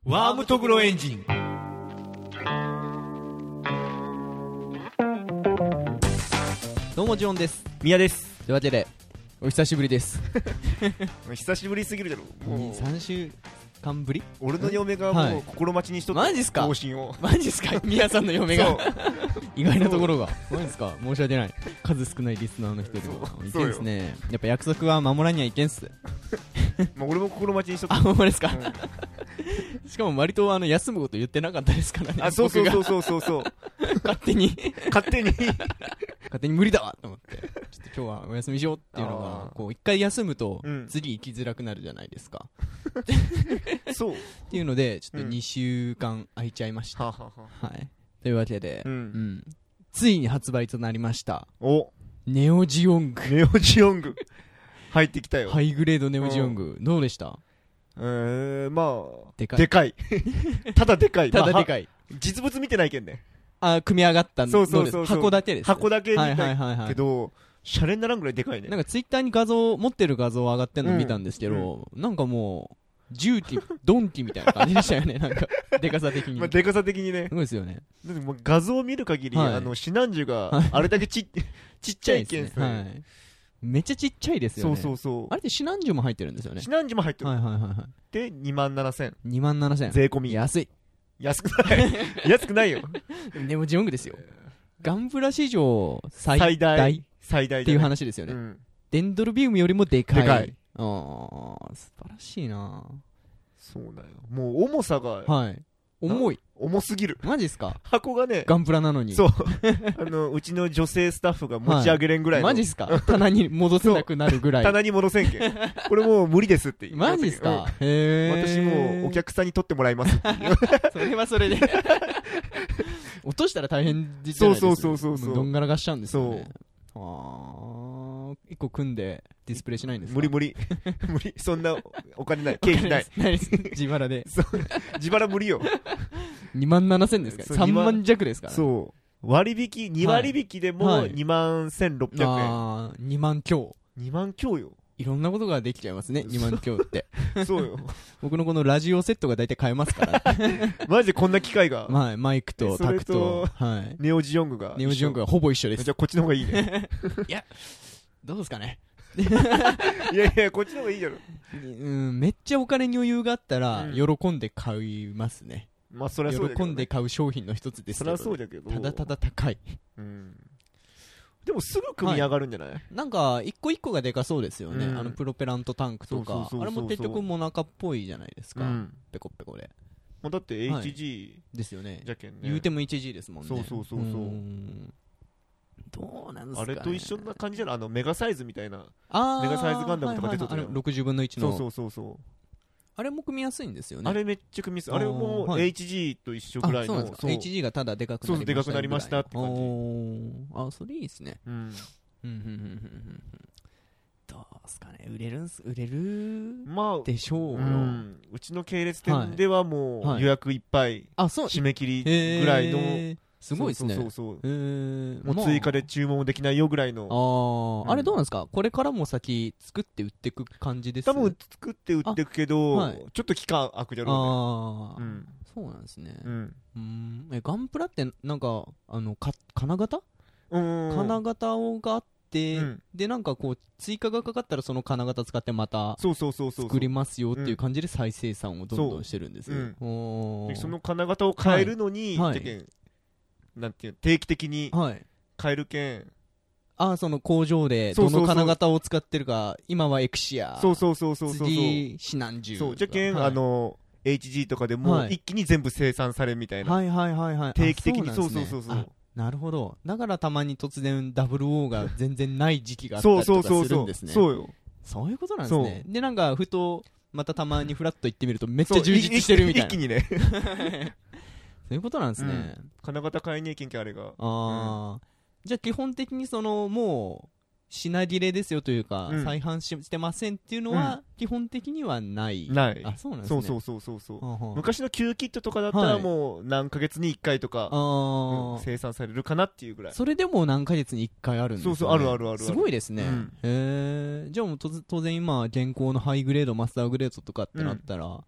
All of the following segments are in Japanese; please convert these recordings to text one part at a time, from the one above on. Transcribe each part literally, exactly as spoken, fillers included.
ワームトグロエンジン。 どうもジョンです。 宮です。 というわけでお久しぶりです。 久しぶりすぎるだろ。もうさんしゅうかんぶり。 俺の嫁がもう心待ちにしとった、 マジっすか。 更新を。 マジっすか。宮さんの嫁が意外なところが。マジっすか。申し訳ない。数少ないリスナーの一人がいてですね。やっぱ約束は守らにはいけんっす。 まあ俺も心待ちにしとった。 あ、ほんまですか。うん、しかも割とあの休むこと言ってなかったですからね。 あ、そうそうそうそうそうそう。 勝手に勝手に勝手に無理だわと思って、ちょっと今日はお休みしようっていうのが、こう一回休むと次行きづらくなるじゃないですか。 そうっていうのでちょっとにしゅうかん空いちゃいました。 ははは、 はい。というわけで、 うんうん、 ついに発売となりましたおネオジオング。 ネオジオング入ってきたよ。 ハイグレードネオジオング、どうでした？ えー、まあでかい。 でかいただでかい。 ただでかい、 まあ、実物見てないけんね。 あ、組み上がったんで。 そうそうそうそう、 箱だけです。 箱だけ見たいけど、 はいはいはいはい、 シャレにならんぐらいでかいね。 なんかツイッターに画像持ってる画像上がってるの見たんですけど、うん、なんかもう重機ドンキみたいな感じでしたよね。なんかでかさ的に。 まあでかさ的にね。 そうですよね。 だってもう画像を見る限り、はい、あのシナンジュがあれだけちっちっちゃいけんすね。はい。 めっちゃちっちゃいですよね。 そうそうそう。 あれってシナンジュも入ってるんですよね。 シナンジュも入ってる。 はいはいはいはい。 でにまんななせん。 にまんななせん。 税込み。 安い。 安くない安くないよ。 ネオジオングですよ。ガンプラ史上最大大最大っていう話ですよね。うん、デンドルビウムよりもでかい。 でかい。 ああ、素晴らしいな。 そうだよ。もう重さが、 はい、重い。 重すぎる。 マジっすか。 箱がね、 ガンプラなのに。 そう。あの、うちの女性スタッフが持ち上げれんぐらいの。 はい、マジっすか。棚に戻せなくなるぐらい。 棚に戻せんけん。これもう無理ですって言う。 マジっすか。へー。私もうお客さんに取ってもらいますっていう。 それはそれで。落としたら大変じゃないですか。そうそうそうそう。どんがらがしちゃうんですよね。そう。あー。一個組んでディスプレイしないんですか。 無理無理。無理。そんなお金ない。経費ない。 ないです。自腹で。 そう。自腹無理よ。 にまんななせんですか。さんまん弱ですから。 そう。割引、に割引でもにまんせんろっぴゃくえん。 あー、にまん強。 にまん強よ。 いろんなことができちゃいますね、にまん強って。 そうよ。 僕のこのラジオセットが大体買えますから。 マジでこんな機械が。 はい、マイクとタクと、はい。 ネオジオングが。 ネオジオングがほぼ一緒です。 じゃあこっちの方がいいね。 いや、どうですかね。 いやいや、こっちの方がいいじゃろ。 うん、めっちゃお金に余裕があったら、喜んで買いますね。 まあそりゃそうだけど、 ね、喜んで買う商品の一つですけど、ね、 そりゃそうだけど、 ただただ高い。 うん。でもすぐ組み上がるんじゃない？はい、 なんか一個一個がでかそうですよね。うん、あのプロペラントタンクとか、あれも結局モナカっぽいじゃないですか。うん、ペコペコで。 もうだって エイチジー、 はい、ですよね。 じゃけんね。 言うても エイチジー ですもんね。 そうそうそうそう。うどうなんですかね。 あれと一緒な感じじゃない？あのメガサイズみたいな。 あメガサイズガンダムとか出てたよ。 ろくじゅうぶんのいちの。 そうそうそうそう。 あれも組みやすいんですよね。 あれめっちゃ組みやすい。あれも エイチジー と一緒ぐらいの。 そうですか。エイチジー がただでかくなりました。 そうでかくなりましたって感じ。 あ、それいいですね。うん。どうすかね。売れるんす、売れるでしょうよ。 うちの系列店ではもう予約いっぱい。締め切りぐらいの。 すごいですね。 そうそうそう。もう追加で注文できないよぐらいの。 ああ、あれどうなんですか？これからも先作って売っていく感じです？ 多分作って売っていくけど、ちょっと期間空くじゃろうね。 ああ、そうなんですね。うん。え、ガンプラってなんか、あの、か、金型？金型があって、で、なんかこう、追加がかかったらその金型使ってまた、作りますよっていう感じで再生産をどんどんしてるんですよ。 その金型を変えるのに、なんていう定期的に変えるけん、はい、 ああ、その工場でどの金型を使ってるか、今はエクシア、 そうそうそうそうそう、 次シナンジュ、 そうじゃけん、はい、あの エイチジー とかでも一気に全部生産されるみたいな、 はいはいはいはい、 定期的に、そうそうそうそう。 なるほど。だからたまに突然ダブルオーが全然ない時期があったりとかするんですね。 そうよ。 そういうことなんですね。で、なんかふとまたたまにフラッと行ってみるとめっちゃ充実してるみたいな。 一気にね。 そういうことなんですね。うん、 金型買いに行けんけあれが。ああ、うん、じゃあ基本的にそのもう品切れですよというか、うん、再販してませんっていうのは、うん、基本的にはない。 ない。 あ、そうなんですね。 そうそうそうそうそう。昔の旧キットとかだったらもう何ヶ月にいっかいとか、はい、うん、生産されるかなっていうぐらい。 それでも何ヶ月にいっかいあるんですね。 そうそう、あるあるあるある。 すごいですね。うん、へえ。じゃあもう当然今現行のハイグレード、マスターグレードとかってなったら、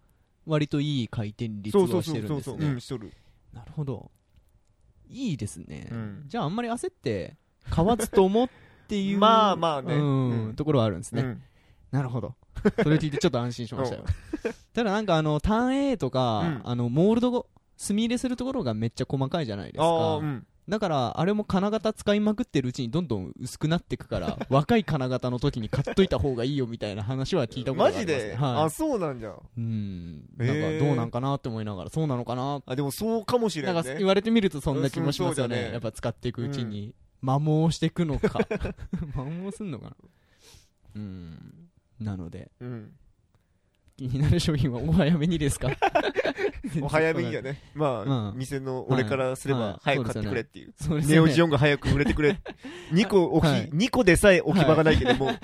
割といい回転率をしてるんですね。 うん、しとる。 なるほど。いいですね。 うん、 じゃああんまり焦って買わずともっていうまあまあね、 うん、 うん、 ところはあるんですね。うん、なるほど。それ聞いてちょっと安心しましたよ。ただなんかあのターン A とか、うん、あのモールド墨入れするところがめっちゃ細かいじゃないですか。うん、だからあれも金型使いまくってるうちにどんどん薄くなっていくから若い金型の時に買っといた方がいいよみたいな話は聞いたことがありますね。 マジで、はい、あ、そうなんじゃ。 うん、なんかどうなんかなって思いながら、そうなのかな。 あ、でもそうかもしれない、ね、 なんか言われてみるとそんな気もしますよね。ね、やっぱ使っていくうちに、うん、摩耗していくのか摩耗すんのかな。うん、なので、うん、気になる商品はお早めにですかお早めにやね。まあ、まあ、店の俺からすれば早く買ってくれっていう、はいはい、ネオジオンが早く売れてくれにこ置き、はい、にこでさえ置き場がないけども、はい、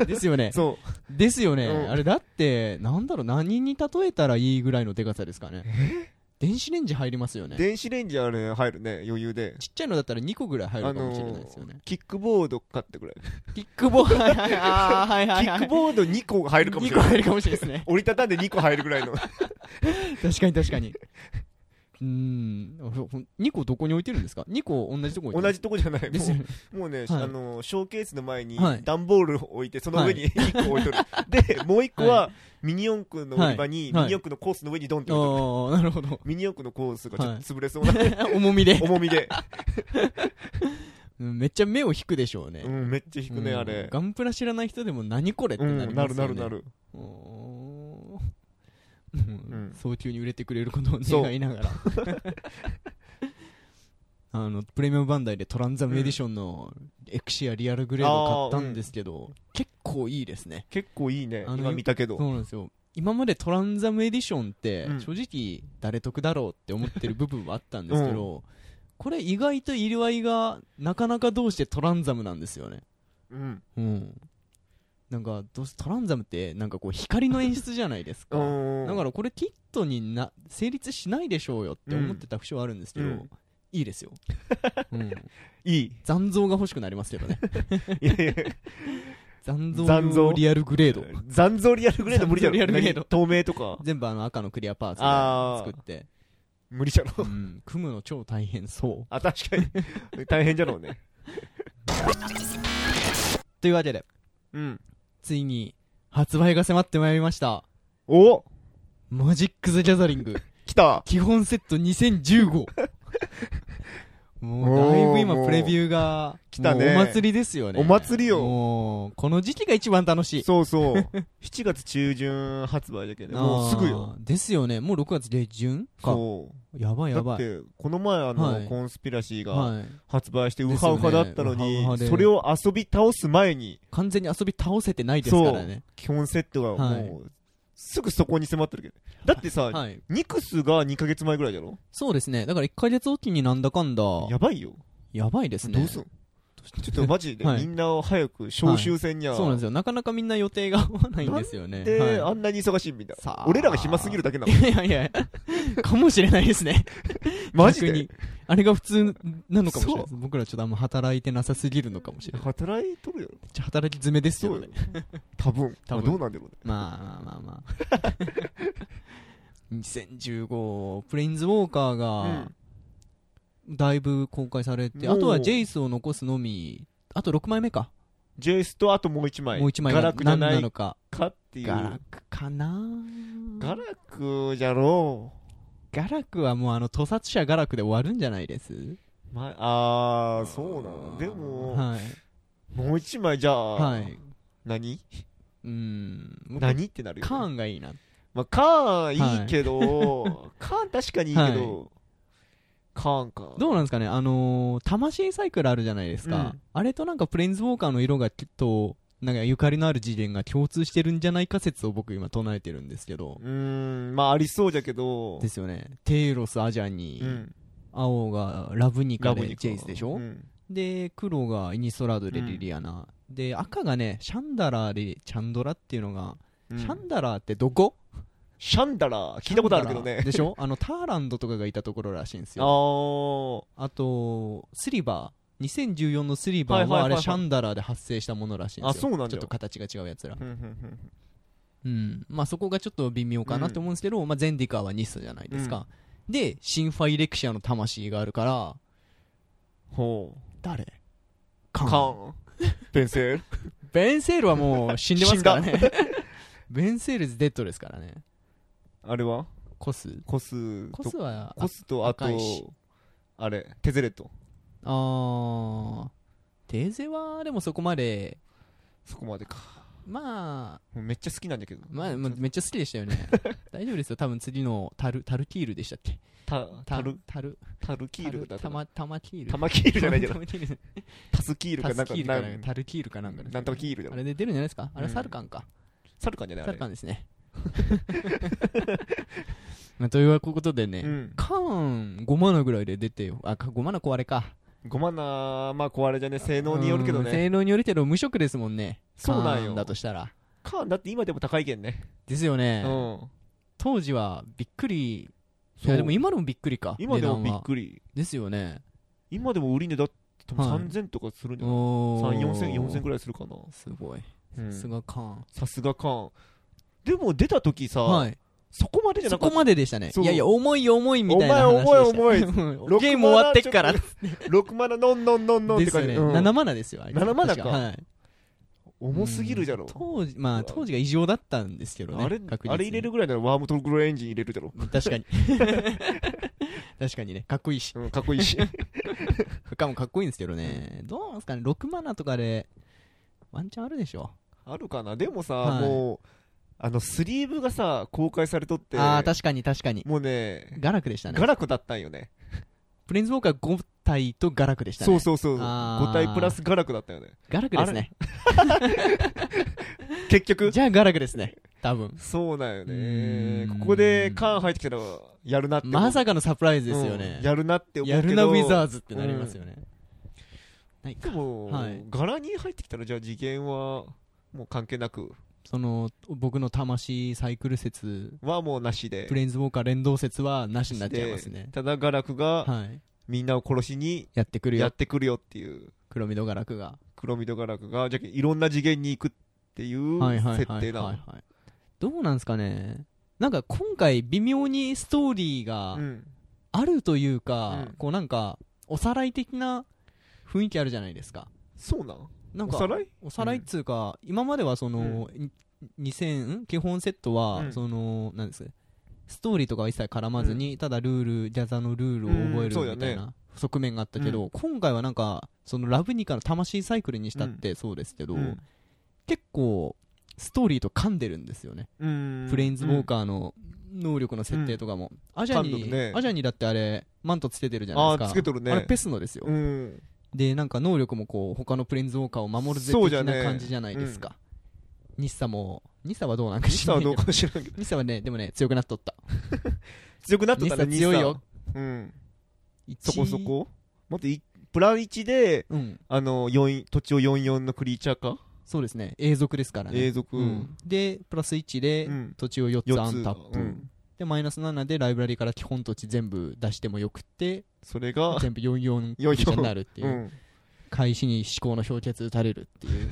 ですよね。 そうですよね、 うん、 あれだってなんだろう、何に例えたらいいぐらいのでかさですかね。え電子レンジ入りますよね。 電子レンジあれ入るね、余裕で。 ちっちゃいのだったらにこぐらい入るかもしれないですよね。 あのー、キックボード買ってくれ。 キックボードはいはいはいはい、 キックボードにこ入るかもしれない。 にこ入るかもしれないですね。 折りたたんでにこ入るぐらいの確かに確かに。うーん、にこどこに置いてるんですか。にこ同じとこに置いてる。 同じとこじゃない。 ですよね。 もう、もうね、はい、あのショーケースの前にはい、 段ボールを置いてその上にいっこ置いとる、はい、でもういっこはミニ四駆の売り場に、はい、ミニ四駆のコースの上にドンって置いとる、 はい、なるほど。 ミニ四駆のコースがちょっと潰れそうな、はい、 重みで重みでめっちゃ目を引くでしょうね。 うん、めっちゃ引くね、うん、あれ。 ガンプラ知らない人でも何これってなりますよね、うん、 なるなるなる。 おうん、早急に売れてくれることを願いながらあのプレミアムバンダイでトランザムエディションのエクシアリアルグレードを買ったんですけど、うん、結構いいですね。 結構いいね、今見たけど。 そうなんですよ。今までトランザムエディションって正直誰得だろうって思ってる部分はあったんですけど、うん、これ意外と色合いがなかなかどうしてトランザムなんですよね。 うん、 うん、なんかどうせトランザムってなんかこう光の演出じゃないですかだからこれキットにな成立しないでしょうよって思ってた節はあるんですけど、うん、いいですよ、うん、 いい残像が欲しくなりますけどねいやいや残像リアルグレード残像リアルグレード無理じゃろ。透明とか全部あの赤のクリアパーツで作って無理じゃろ、 うん、組むの超大変そう。 あ、確かに大変じゃろうねというわけで、 うん、ついに発売が迫ってまいりました。 おマジック・ザ・ギャザリング来た基本セットにせんじゅうごもうだいぶ今プレビューが来たね。 お祭りですよね。 お祭りよ。 もうこの時期が一番楽しい。 そうそうしちがつ中旬発売だけどもうすぐよ。 ですよね。もうろくがつ下旬か。 そうやばいやばい。 だってこの前あの、はい、コンスピラシーが発売してウハウハだったのに、ね、ウハウハそれを遊び倒す前に完全に遊び倒せてないですからね。 基本セットがもう、はい、すぐそこに迫ってるけど。だってさ、はい、ニクスがにかげつまえぐらいだろ。 そうですね。だからいっかげつおきになんだかんだやばいよ。 やばいですね。 どうすんちょっとマジでみんなを早く招集戦には、 はい、そうなんですよ。なかなかみんな予定が合わないんですよね。 で、はい、あんなに忙しいみんな。俺らが暇すぎるだけなの。 いやいやかもしれないですね。 マジでにあれが普通なのかもしれないです。僕らちょっとあんま働いてなさすぎるのかもしれない。 働いとるよ。 めっちゃ働き詰めですよね。 多分。多分どうなんだろうね。 まあまあまあまあ。にせんじゅうごプレインズウォーカーが、うんだいぶ公開されて、あとはジェイスを残すのみ、あとろくまいめか。 ジェイスとあともういちまい。 もういちまいが何なのか。 かっていう。 ガラクかなガラクじゃろう。 ガラクはもうあの、屠殺者ガラクで終わるんじゃないですま、あー、そうなの。でも、はい、もういちまいじゃあ、はい、何うーん。 何ってなるよ、ね。 カーンがいいな。 まあ、カーンいいけど、はい、カーン確かにいいけど、はいカーンかどうなんですかね、あのー、魂サイクルあるじゃないですか、うん、あれとなんかプレインズウォーカーの色がきっとなんかゆかりのある次元が共通してるんじゃないか説を僕今唱えてるんですけどうーんまあありそうじゃけどですよね。テイロスアジャニ、うん、青がラブニカでジェイスでしょ、うん、で黒がイニストラードでリリアナ、うん、で赤がねシャンダラーでチャンドラっていうのが、うん、シャンダラーってどこシャンダラー聞いたことあるけどねでしょあのターランドとかがいたところらしいんですよ。ああとスリバーにせんじゅうよんのスリバーはあれシャンダラーで発生したものらしいんですよ。 あそうなんだよ。 ちょっと形が違うやつらううん。まあそこがちょっと微妙かなって思うんですけど、うん、まあゼンディカーはニッサじゃないですか。うん、で、シンファイレクシアの魂があるから、 ほう。 誰？ カン。カン。ベンセールベンセールはもう死んでますからね。ベンセールズデッドですからね。 あれはコスコスコスは、 コスと、あと、あれ、テゼレット。 あー、テゼは、でもそこまで、 そこまでか。 まあ、 めっちゃ好きなんだけど。 まあ、めっちゃ好きでしたよね。大丈夫ですよ。多分次のタル、タルキールでしたっけ？ タ、タル、 タル、 タルキールだった。 タマ、タマキール。 タマキールじゃないじゃん。タスキールかなんか。 タルキールかなんか。 なんとかキールだ。 あれで出るんじゃないですか？あれサルカンか。 サルカンじゃない？ サルカンですね。まあ、ということでね、うん、カーンごマナぐらいで出てよ。あ、ごマナ壊れか。 ごマナ、まあ壊れじゃね、性能によるけどね。 性能によるけど無色ですもんね。 そうなんよ。 だとしたら。 カーンだって今でも高いけんね。 ですよね。 うん、 当時はびっくり。いやでも今でもびっくりか。 今でもびっくり。 ですよね。 今でも売り値だって多分さんぜんとかするんじゃない？さん、よんせん、よんせんくらいするかな。 すごい。さすがカーン。 さすがカーン。でも出た時さ、 はい、 そこまでじゃなかった。 そこまででしたね。いやいや、重い重いみたいな話でした。 お前重い重い。 ゲーム終わってっから。 ろくマナノンノンノンノンって感じ。 ですよね。ななマナですよ、あれ。 ななマナか。 はい。 重すぎるじゃろ。 当時、まあ当時が異常だったんですけどね。 あれ、あれ入れるぐらいならワームトグロエンジン入れるじゃろ。 確かに。確かにね、かっこいいし。 うん、かっこいいし。 負荷もかっこいいんですけどね。どうなんですかね、ろくマナとかで、ワンチャンあるでしょ。 あるかな。でもさ、もう、あのスリーブがさ公開されとって、 ああ確かに確かにもうねガラクでしたね。 ガラクだったんよね。 プレインズウォーカーご体とガラクでしたね。 そうそうそうご体プラスガラクだったよね。 ガラクですね。 結局じゃあガラクですね多分。 そうだよね。ここでカーン入ってきたらやるなってまさかのサプライズですよね、 うん、やるなって思うけどやるなウィザーズってなりますよね、 うん、でも、はい、柄に入ってきたらじゃあ次元はもう関係なくその僕の魂サイクル説はもうなしでプレインズウォーカー連動説はなしになっちゃいますね。 ただガラクが、はい、みんなを殺しにやってくるよやってくるよっていう黒緑ガラクが黒緑ガラクがじゃあいろんな次元に行くっていう設定なの。 どうなんですかね。なんか今回微妙にストーリーがあるというか、うん、こうなんかおさらい的な雰囲気あるじゃないですか。 そうなんなんかおさらいおさらいっつうか、うん、今まではその、うん、にせん基本セットは、うん、そのなんですストーリーとかは一切絡まずに、うん、ただルールギャザのルールを覚えるみたいな側面があったけど、うん、今回はなんかそのラブニカの魂サイクルにしたってそうですけど、うん、結構ストーリーと噛んでるんですよね。プレインズウォーカーの能力の設定とかも、うん、アジャに、ね、アジャにだってあれマントつけてるじゃないですか。 あ、つけとるね。 あれペスノですよ、うん、でなんか能力もこう他のプレインズウォーカーを守るぜ的な感じじゃないですか。ニッサもニッサはどうなんか知らないけどニッサはねでもね強くなっとった強くなっとったね。 ニッサ強いよ、 うん、そこそこもっとプラいちで、うん、あの土地をよんじゅうよんのクリーチャーか。 そうですね、永続ですからね。 永続、うん、 でプラスいちで土地をよっつアンタップ、うん、でマイナスななでライブラリから基本土地全部出してもよくて、 それが全部よんじゅうよんになるっていう、うん、開始に思考の氷結打たれるっていう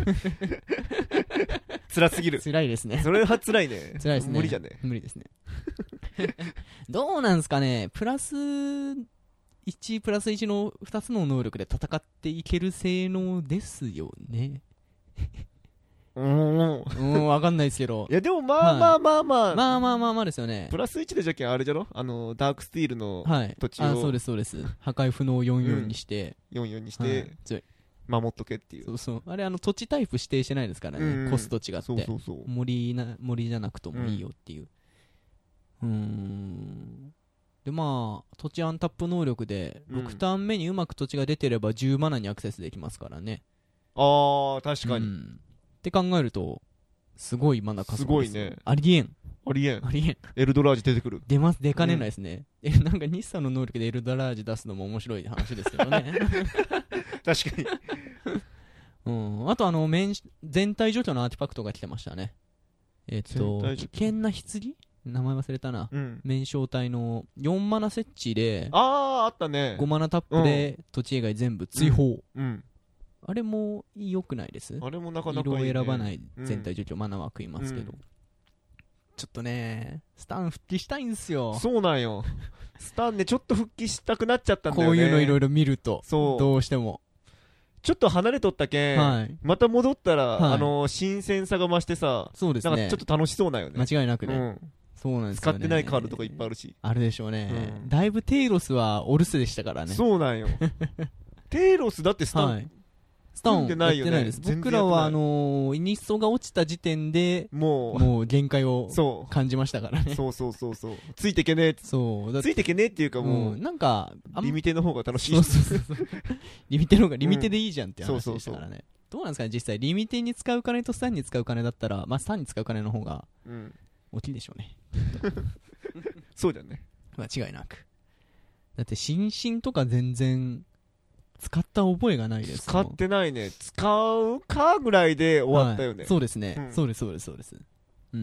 辛すぎる。 辛いですね。 それは辛いね。 辛いですね。 無理じゃね。 無理ですねどうなんすかね。プラスいちプラスいちのふたつの能力で戦っていける性能ですよねうーん、うん、わかんないですけど。 いやでもまあまあまあまあ、はい、 まあまあまあまあですよね。 プラスいちでじゃけんあれじゃろ、あのダークスティールの土地を、 はい、あ、そうですそうです。破壊不能よんじゅうよんにして、 うん、よんじゅうよんにして、はい、守っとけっていう。 そうそう。あれあの土地タイプ指定してないですからね、うん、コスト違って。そうそうそう。森な森じゃなくともいいよっていう。うーん。でまあ土地アンタップ能力でろくターン目にうまく土地が出てればじゅうマナにアクセスできますからね。 ああ確かに、うん、 って考えるとすごいマナ稼ぎです。 すごいね。 ありえんありえんありえん。 エルドラージ出てくる。 出ます。出かねないですね、うん、えなんか日産の能力でエルドラージ出すのも面白い話ですけどね確かにうん、あとあの面全体除去のアーティファクトが来てましたね。えっと危険な棺名前忘れたな、うん、面正体のよんマナ設置で、 あーあったね、 ごマナタップで土地以外全部追放、うんうん、 あれも良くないです？ あれもなかなかいい、ね、 色を選ばない全体除去、うん、マナは食いますけど、 ちょっとね、スタン復帰したいんですよ。 そうなんよ。スタンね、ちょっと復帰したくなっちゃったんだよね。 こういうのいろいろ見ると。そう。どうしても。 ちょっと離れとったけん、はい、また戻ったら、はい、あのー、新鮮さが増してさ、 そうですね。 なんかちょっと楽しそうなよね。 間違いなくね。うん、そうなんですよね。 使ってないカードとかいっぱいあるし。 あるでしょうね。うん、だいぶテイロスはオルスでしたからね。 そうなんよ。テイロスだってスタン、はい、 スタンやってないよね。僕らはあのー、イニストが落ちた時点でもうもう限界を感じましたからね。 そうそうそうそう。ついてけねえ。そう。ついてけねえっていうかもう、うん、 なんかリミテの方が楽しい。 そうそうそう。リミテの方がリミテでいいじゃんって話でしたからね。どうなんですかね、実際リミテに使う金とスタンに使う金だったら、まあスタンに使う金の方が大きいでしょうね。 そうだよね。 間違いなく。だって新進とか全然使った覚えがないです。 使ってないね。使うかぐらいで終わったよね。 はい、そうですね、うん、そうですそうですそうです。うん。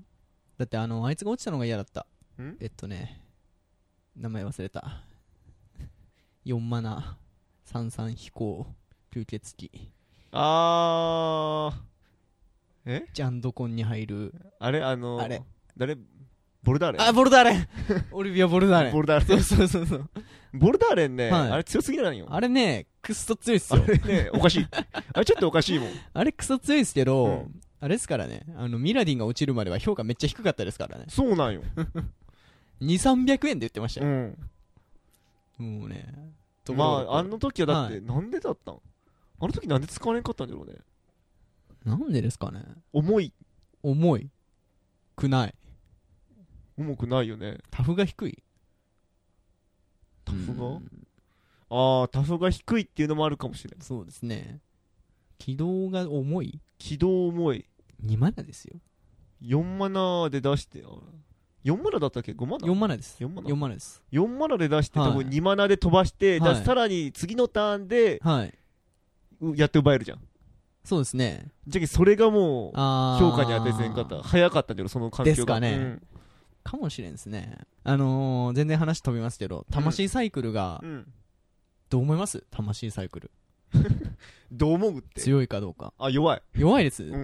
だってあのあいつが落ちたのが嫌だった。えっとね、名前忘れた。よんマナさんさん飛行吸血鬼。 あー。え？ ジャンドコンに入る。 あれあのー、あれ誰？ボルダーレン。 あ、ボルダーレンオリビア・ボルダーレン。 ボルダーレン。 そうそうそうそう。 ボルダーレンね、はい、あれ強すぎないよ。 あれね、クソ強いっすよ。 あれね、おかしい。あれちょっとおかしいもん。 あれクソ強いっすけど、うん、あれですからね、あの、ミラディンが落ちるまでは評価めっちゃ低かったですからね。 そうなんよ。 に、さんびゃくえんで言ってましたよ。うん。もうね。 まあ、あの時はだって、なんでだったん、はい、あの時なんで使われんかったんだろうね。 なんでですかね。 重い。 重い。くない。 重くないよね。 タフが低い。 タフが、ああ、タフが低いっていうのもあるかもしれない。 そうですね。軌道が重い。 軌道重い。 にマナですよ。 よんマナで出して、よんマナだったっけ ?ご マナ ?よん マナです。 よんマナ。 よんマナです。 よんマナで出して、はい、多分にマナで飛ばして、はい、さらに次のターンで、はい、やって奪えるじゃん。 そうですね。 じゃあそれがもう、評価に当てせんかった。早かったんだよ、その環境が。 ですかね。うんかもしれんですね。あのー、全然話飛びますけど、魂サイクルが、うん、どう思います？魂サイクル。 どう思うって。 強いかどうか。 あ、弱い。 弱いです。うん、うん、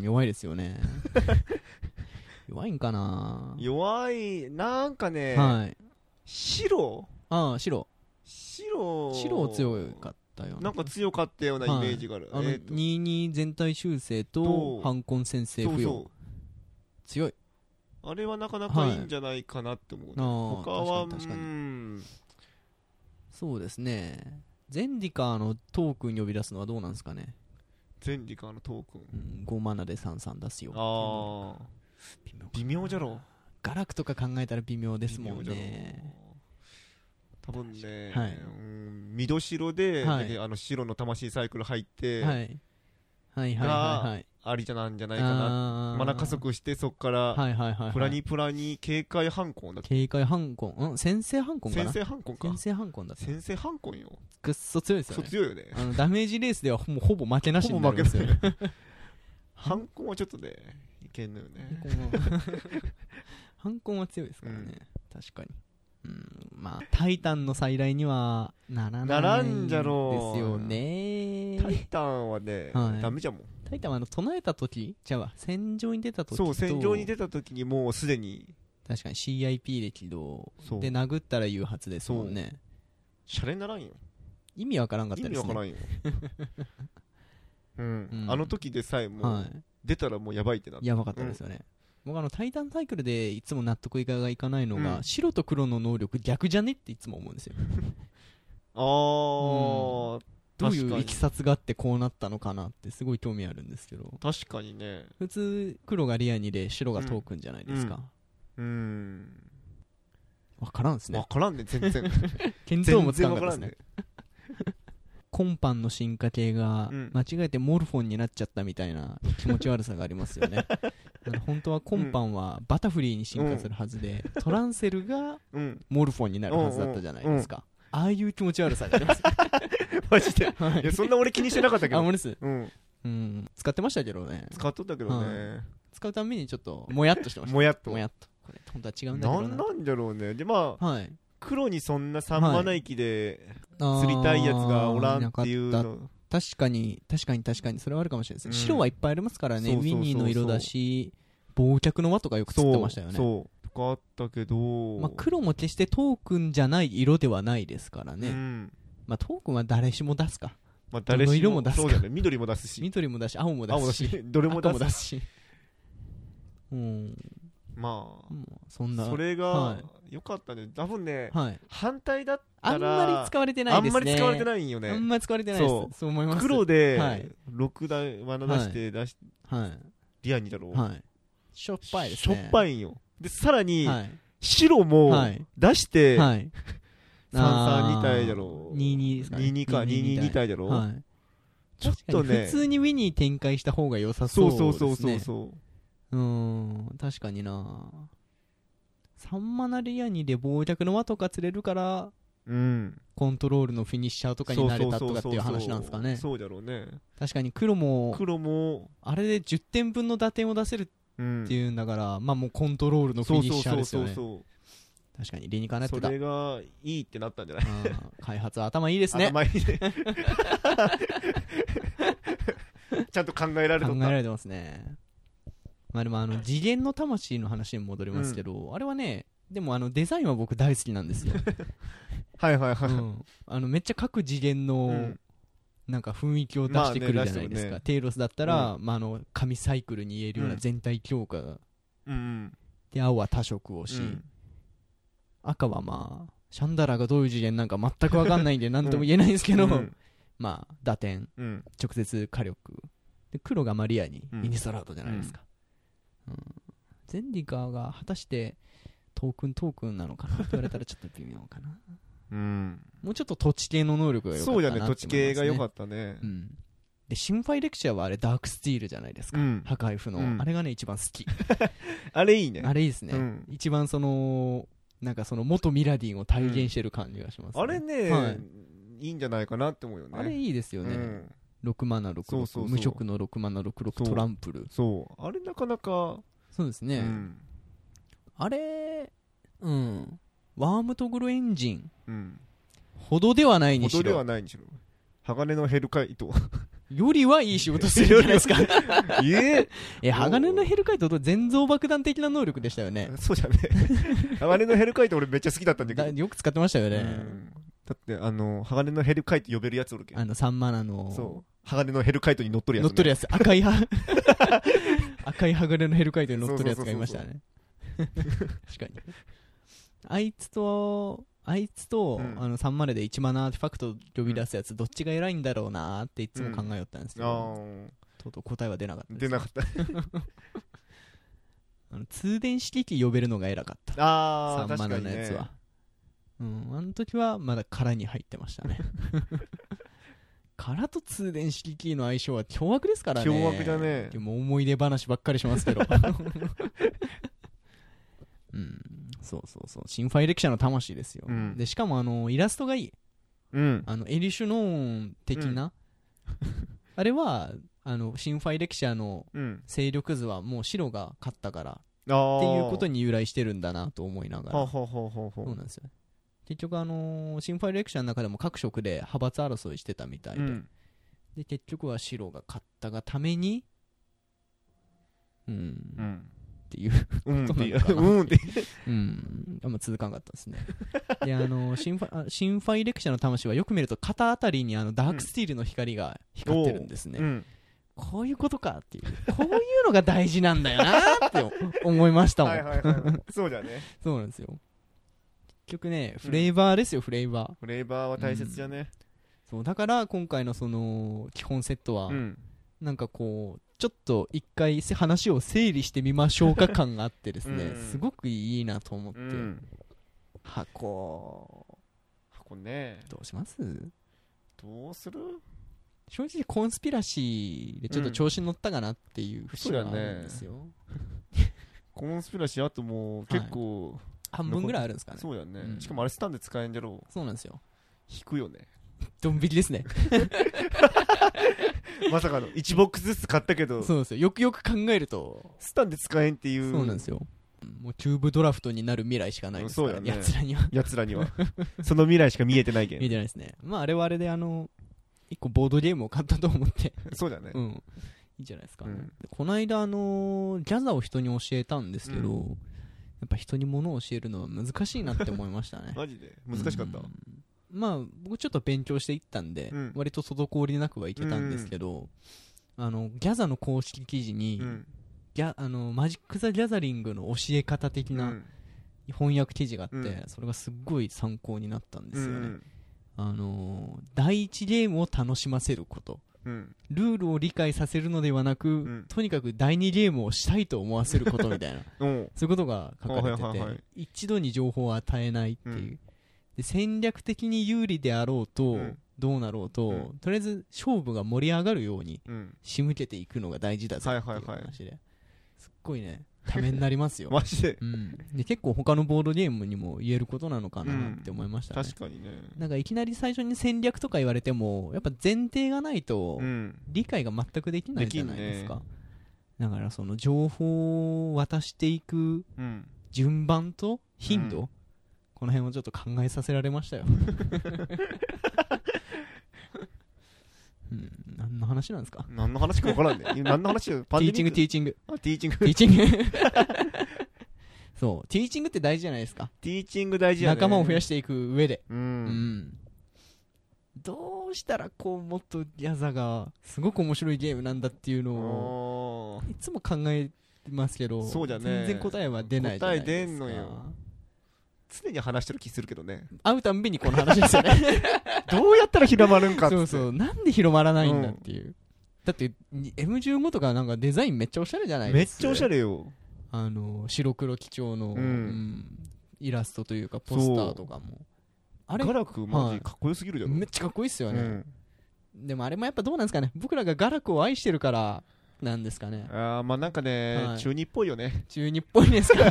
弱いですよね。弱いんかな。 弱い、なんかね、はい、白ああ、白。 白。 白強かったよ。 なんか強かったようなイメージがある。 はい、あの、えー、にじゅうに全体修正と、反根先生不要。そうそう強い。 あれはなかなかいいんじゃないかなって思う、ね、はい、他は確かに確かに、うん、そうですね。ゼンディカーのトークン呼び出すのはどうなんですかね。 ゼンディカーのトークン、 うん、ごマナでさんさん出すよ。 ああ微妙じゃろ。 ガラクとか考えたら微妙ですもんね。 多分ね、はい、うん、ミド白で、はい、あの白の魂サイクル入って、はい、はいはいはいはいありじゃなんじゃないかな。マナ加速してそっからプラニプラニ警戒反根だっけ。 警戒反根、うん、先制反根かな。 先制反根か。 先制反根だって。 先制反根よ。 くっそ強いですよね。 くっそ強いよね。 あのダメージレースではもうほぼ負けなしになりますよね。 反根はちょっとねいけんのよね。 反根は強いですからね、うん、確かに。うん、まあタイタンの再来にはならないんですよね。 タイタンはね、はい、ダメじゃんもん。 タイタンはあの唱えた時じゃあ戦場に出た時と、 そう戦場に出た時にもうすでに確かに シーアイピー 歴度で殴ったら言うはずですもんね。 シャレにならんよ。 意味わからんかったですね。 意味わからんよ。うん、うん、あの時でさえもう、はい、出たらもうやばいってなった。 やばかったですよね、うん。僕あのタイタンサイクルでいつも納得いかがいかないのが、うん、白と黒の能力逆じゃねっていつも思うんですよ。あー、うんどういういきさつがあってこうなったのかなってすごい興味あるんですけど。 確かにね。 普通黒がリアにで白がトークンじゃないですか。 うん。うん、 分からんですね。 分からんね全然。 見当もつかんかったですね。コンパンの進化系が間違えてモルフォンになっちゃったみたいな気持ち悪さがありますよね。あの本当はコンパンはバタフリーに進化するはずで、うん、トランセルがモルフォンになるはずだったじゃないですか。うんうんうんああいう気持ち悪さがあります。 マジで、はい、いやそんな俺気にしてなかったけど。 あ、もです、うんうん、使ってましたけどね。 使っとったけどね、はい、 使うためにちょっともやっとしてました。 もやっともやっとこれ本当は違うんだけどな。 なんなんだろうね。でまあ、はい、黒にそんなさんマナ域で釣りたいやつがおらんっていうの、はい、確かに確かに確かにそれはあるかもしれないです、うん、白はいっぱいありますからね。ウィニーの色だし忘却の輪とかよく釣ってましたよね。 そうそうとかあったけど、 まあ、黒も決してトークンじゃない色ではないですからね、うん、まあ、トークンは誰しも出すか、 まあ、誰しもどの色も出すか、 そうだね、緑も出すし緑も出すし青も出すしどれも出す赤も出すし、うん、 まあ、 うん、そんなそれが良かったね。多分ね、 はい、 反対だったらあんまり使われてないですね。 あんまり使われてないんよね。 あんまり使われてないです。そう、そう思います。 黒でろくだい罠出して出し、 はい、 リアにだろう、 はい、しょっぱいですね。 しょっぱいんよ。でさらに、はい、白も出して、はい、さんさんに体だろう、 にじゅうにですかね、 にじゅうにかにじゅうにに体だろう、はい、ちょっとね普通にウィニー展開した方が良さそうですね。 そうそうそうそうそううーん、確かにな。さんマナリアにで忘却の輪とか釣れるから、うん、コントロールのフィニッシャーとかになれたとかっていう話なんですかね。 そうだろうね。 確かに黒も黒もあれでじゅってんぶんの打点を出せるっていうんだから、うん、まあもうコントロールのフィニッシャーですよね。そうそうそうそう、確かに理にかなってた。 それがいいってなったんじゃない？ 開発は頭いいですね。 頭いいね。ちゃんと考えられてた。 考えられてますね。まあでもあの次元の魂の話に戻りますけど、うん、あれはね、でもあのデザインは僕大好きなんですよ。 はいはいはい、うん、あのめっちゃ各次元のなんか雰囲気を出してくるじゃないですか、まあねね、テイロスだったら、うん、まあ、あの紙サイクルに言えるような全体強化が、うん、で青は多色をし、うん、赤はまあシャンダラがどういう次元なんか全く分かんないんで何とも言えないんですけど、うん、まあ打点、うん、直接火力で、黒がマリアにイニストラードじゃないですか、うんうん、ゼンディカーが果たしてトークントークンなのかなって言われたらちょっと微妙かな。うん、もうちょっと土地系の能力が良かったなって思いますね。 そうだね、土地系が良かったね、 うん、でシンファイレクチャーはあれダークスティールじゃないですか、うん、破壊符の、うん、あれがね一番好き。 あれいいね、 あれいいですね、うん、一番そのなんかその元ミラディンを体現してる感じがします、ね、 あれね、はい、いいんじゃないかなって思うよね。 あれいいですよね、うん、ろくマナろくろく、そうそうそう、無色のろくマナろくろくトランプル、 そうあれなかなかそうですね、うん、あれうんワームトグルエンジン、うん、ほどではないにしろ、 ほどではないにしろ鋼のヘルカイトよりはいい仕事するじゃないですか。 いええ鋼のヘルカイトと全蔵爆弾的な能力でしたよね。 そうじゃね。鋼のヘルカイト俺めっちゃ好きだったんだけど、 よく使ってましたよね。 だってあの鋼のヘルカイト呼べるやつおるけん、 あのさんマナのそう鋼のヘルカイトに乗っとるやつ、ね、 乗っとるやつ赤い赤い鋼のヘルカイトに乗っとるやつがいましたね。確かにあいつとあいつと、うん、あのさんマナでいちマナアーティファクト呼び出すやつ、うん、どっちが偉いんだろうなーっていつも考えよったんですけど、うん、とうとう答えは出なかったです。 出なかったあの通電式機呼べるのが偉かった。 あさんマナのやつは、ね、うん、あの時はまだ殻に入ってましたね。殻と通電式機の相性は凶悪ですからね。 凶悪だね。 でも思い出話ばっかりしますけど。うん、そうそうそう、シンファイレクシャーの魂ですよ、うん、でしかもあのイラストがいい、うん、あのエリシュノーン的な、うん、あれはあのシンファイレクシャーの勢力図はもう白が勝ったからっていうことに由来してるんだなと思いながら、そうなんですよ。結局あのー、シンファイレクシャーの中でも各色で派閥争いしてたみたいで、うん、で結局は白が勝ったがためにうん、うんっていうことなのかな、うんってうん、あんま続かんかったですね。であのシンファシンファイレクシャーの魂はよく見ると肩あたりにあのダークスティールの光が光ってるんですね、うん、こういうことかっていう、こういうのが大事なんだよなって思いましたもん。はいはい、はい、 そうだね。 そうなんですよ。結局ねフレーバーですよ、うん、フレーバーフレーバーは大切じゃね、うん、 そうだから今回のその基本セットは、うん、なんかこうちょっと一回話を整理してみましょうか感があってですね、うん、すごくいいなと思って、うん、箱箱ね、 どうします？ どうする？ 正直コンスピラシーでちょっと調子に乗ったかなっていう節があるんですよ、うんね、コンスピラシーあともう結構、はい、 半分ぐらいあるんですかね。 そうやね、うん、しかもあれスタンで使えんじゃろう。 そうなんですよ。 引くよね。 ドン引きですね。 まさかのいちボックスずつ買ったけど、 そうですよ。よくよく考えるとスタンで使えんっていう。 そうなんですよ。もうチューブドラフトになる未来しかないですから、そうやね、やつらにはやつらにはその未来しか見えてないけん。 見えてないですね。まああれはあれであの一個ボードゲームを買ったと思ってそうだね、 うん、 いいじゃないですか、ね、うん、この間あのー、ギャザを人に教えたんですけど、うん、やっぱ人に物を教えるのは難しいなって思いましたねマジで難しかった、うん、 まあ僕ちょっと勉強していったんで、うん、割と滞りなくはいけたんですけど、うん、あのギャザの公式記事に、うん、ギャあのマジック・ザ・ギャザリングの教え方的な翻訳記事があって、うん、それがすっごい参考になったんですよね、うん、あの第一ゲームを楽しませること、うん、ルールを理解させるのではなく、うん、とにかく第二ゲームをしたいと思わせることみたいなそういうことが書かれてて、はいはいはい、一度に情報を与えないっていう、うん、で戦略的に有利であろうと、うん、どうなろうと、うん、とりあえず勝負が盛り上がるように仕向けていくのが大事だぞっていう話で、はいはいはい、すっごいねためになりますよマジで、 うん、で結構他のボードゲームにも言えることなのかなって思いましたね、 うん、確かにね。 なんかいきなり最初に戦略とか言われてもやっぱ前提がないと理解が全くできないじゃないですか、うん、だからその情報を渡していく順番と頻度、うん、この辺をちょっと考えさせられましたようん、何の話なんですか。 何の話か分からんね。何の話よ。 パンデミック。ティーチング、 ティーチング。 ティーチング。ティーチング。そう、ティーチングって大事じゃないですか。 ティーチング大事やね。 仲間を増やしていく上で。 うん。うん、 どうしたらこうもっとギャザがすごく面白いゲームなんだっていうのをいつも考えてますけど、 そうじゃね。 全然答えは出ないじゃないですか。 答え出んのよ。常に話してる気するけどね。 会うたんびにこの話ですよねどうやったら広まるんかって。 そうそう、なんで広まらないんだっていう、うん、だって エムじゅうご とかなんかデザインめっちゃおしゃれじゃないですか。 めっちゃおしゃれよ。 あの白黒基調の、うんうん、イラストというかポスターとかもあれガラクマジかっこよすぎるじゃん、 はい、めっちゃかっこいいっすよね、うん、でもあれもやっぱどうなんですかね、僕らがガラクを愛してるからなんですかね。 あーまあなんかね、はい、中二っぽいよね。 中二っぽいですか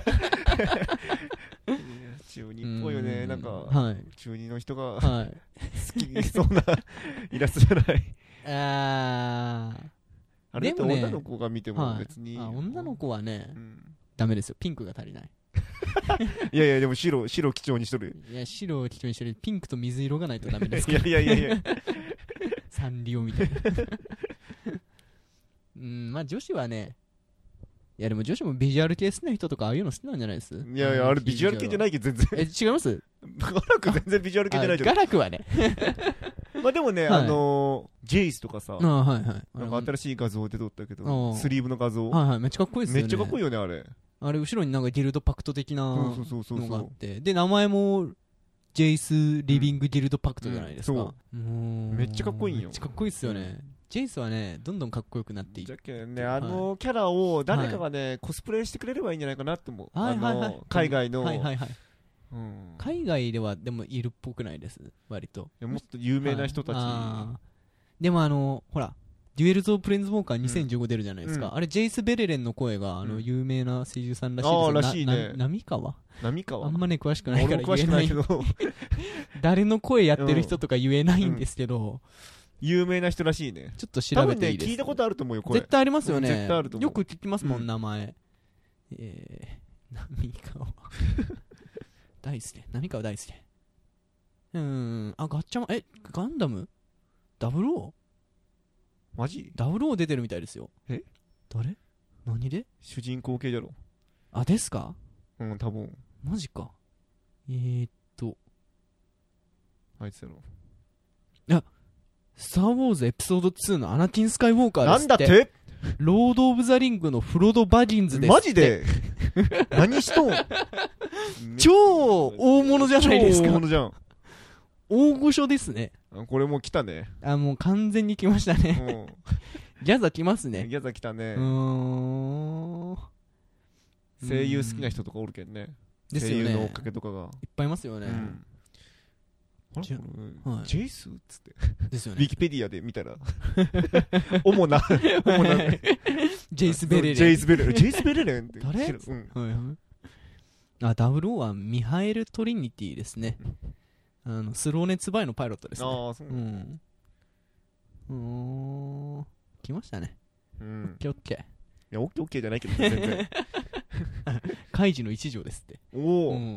中二っぽいよね。なんか、 はい、 中二の人が、 はい、 好きそうなイラストじゃないあーあれって女の子が見ても別に、 はい、あ女の子はね、うん、ダメですよ。ピンクが足りないいやいやでも白白基調にしとる。 いや白を基調にしてる。ピンクと水色がないとダメですかいやいやいやいやサンリオみたいなうんまあ女子はね、いやでも女子もビジュアル系好きな人とかああいうの好きなんじゃないです。 いやいやあれビジュアル系じゃないけど全然え違います。 ガラク全然ビジュアル系じゃないじゃん。 ガラクはねまあでもね、はい、あのー、ジェイスとかさ、 あ、はいはい、 なんか新しい画像で撮ったけど、スリーブの画像、 はいはい、めっちゃかっこいいですよね。 めっちゃかっこいいよねあれ。 あれ後ろになんかギルドパクト的なのがあって、で名前もジェイスリビングギルドパクトじゃないですか、 うんうん、めっちゃかっこいいんよ。 めっちゃかっこいいっすよね。ジェイスはねどんどんかっこよくなっていって、じゃけんね、あのキャラを誰かがね、はい、コスプレしてくれればいいんじゃないかなって思う、はいはいはい、あの海外の、 はいはいはい、うん、海外ではでもいるっぽくないです。割といやもっと有名な人たち、 はい、でもあのほらデュエルズ・オブ・プレインズ・ウォーカーにせんじゅうご出るじゃないですか、うん、あれジェイス・ベレレンの声があの有名な声優さんらしいですよ、 うん、あらしいね。 浪川浪川あんまね詳しくないから言えない誰の声やってる人とか言えないんですけど、うんうん、 有名な人らしいね。 ちょっと調べていいですか。多分ね聞いたことあると思うよ声。 絶対ありますよね、うん、 絶対あると思う。 よく聞きますもん、うん、名前えー浪川大好き浪川大好きうーんあガッチャマンえガンダムダブルオーマジダブルオー出てるみたいですよ。 え誰何で主人公系じゃろ。 あですか。 うん多分マジか。えーっとあいつやろ。 いやスター・ウォーズエピソードツーのアナキン・スカイウォーカーですって。 なんだってロード・オブ・ザ・リングのフロド・バギンズですって。 マジで何しとん超大物じゃないですか。 超大物じゃん。 大御所ですね。 これもう来たね。 あもう完全に来ましたねギャザ来ますね。 ギャザ来たね。 うーん声優好きな人とかおるけんね。 ですよね。 声優の追っかけとかがいっぱいいますよね、 うんあれジェ、 はい、ジェイスっつってですよね。 ウィキペディアで見たら主な主なジェイス・ベレレンジェイス・ベレレンジェイス・ベレレンって誰、うん、はいはい、あダブルオーはミハエル・トリニティですね。あのスローネツバイのパイロットですね。 ああそううんうーん来ましたね。 うん、 オッケーオッケー。いやオッケーオッケーじゃないけど全然カイジの一条ですって。 おお、うん、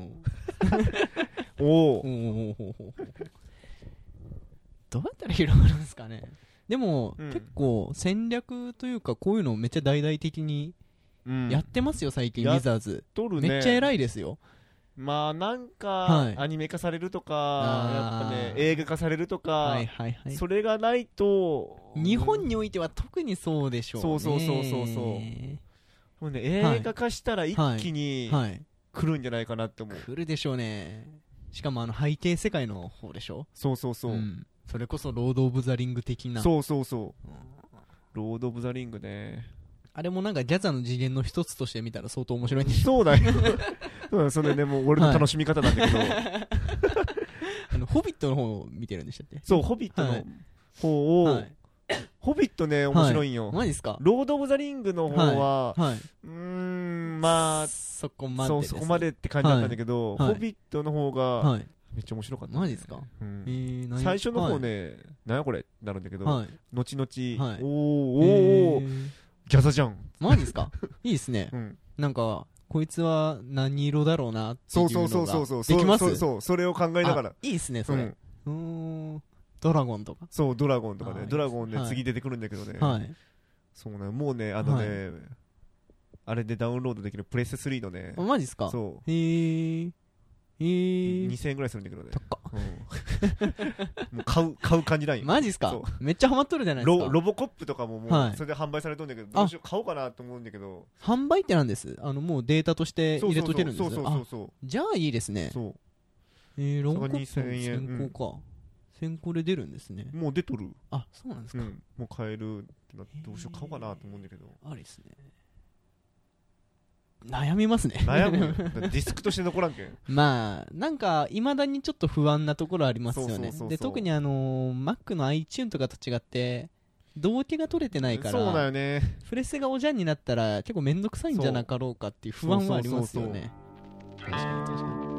おおどうやったら広がるんですかね。 でも、うん、結構戦略というかこういうのをめっちゃ大々的にやってますよ最近、ウィザーズ、ね、めっちゃ偉いですよ。 まあなんか、はい、アニメ化されるとかやっぱね映画化されるとか、はいはいはい、それがないと日本においては特にそうでしょうね。 そうそうそうそうそうもうね映画化したら一気に来るんじゃないかなって思う、はいはい、来るでしょうね。しかもあの背景世界の方でしょ。 そうそうそう、うん、 それこそロード・オブ・ザ・リング的な。 そうそうそう、うん、ロード・オブ・ザ・リングね。 あれもなんかギャザの次元の一つとして見たら相当面白いんです。 そうだよそれねもう俺の楽しみ方なんだけど、はい、 あのホビットの方を見てるんでしたっけ。 そうホビットの方を、はい、ホビットね面白いんよ、 はい、マジですか。 ロード・オブ・ザ・リングの方は、はいはい、うーんまあそこまで、 ね、そうそこまでって感じだったんだけど、はい、ホビットの方が、はいめっちゃ面白かった、ね、 マジですか、 うんえー、最初の方ね、はい、なんやこれってなるんだけど、はい、後々、はい、おーおーおーギャザじゃん。 マジですかいいですね、うん、なんかこいつは何色だろうなっていうのがそうそうそうそうできます。 そうそうそれを考えながらいいですねそれ、うん、うんドラゴンとかそうドラゴンとかねドラゴンで、ねはい、次出てくるんだけどね、はい、そうねもうねあのね、はい、あれでダウンロードできるプレステスリーのねマジですか。 そうへええー、 にせんえんぐらいするんだけどね高っ、 うん、もう買う買う感じないよ。 マジっすか。めっちゃハマっとるじゃないですか。 ロ, ロボコップとかももうそれで販売されとるんだけど、どうしよう買おうかなと思うんだけど。 販売ってなんです。あのもうデータとして入れとけるんです。そうそうそうそう。じゃあいいですね。そうえー、ロボコップ先行か、うん、先行で出るんですね。 もう出とる。 あそうなんですか、うん、 もう買えるってなってどうしよう買おうかなと思うんだけど。 ありですね。悩みますね。 悩むディスクとして残らんけんまあなんかいまだにちょっと不安なところありますよね。で特にあのー、Mac の iTune とかと違って同期が取れてないからそうだよね。 プレステがおじゃんになったら結構めんどくさいんじゃなかろうかっていう不安はありますよね。確かに確かに。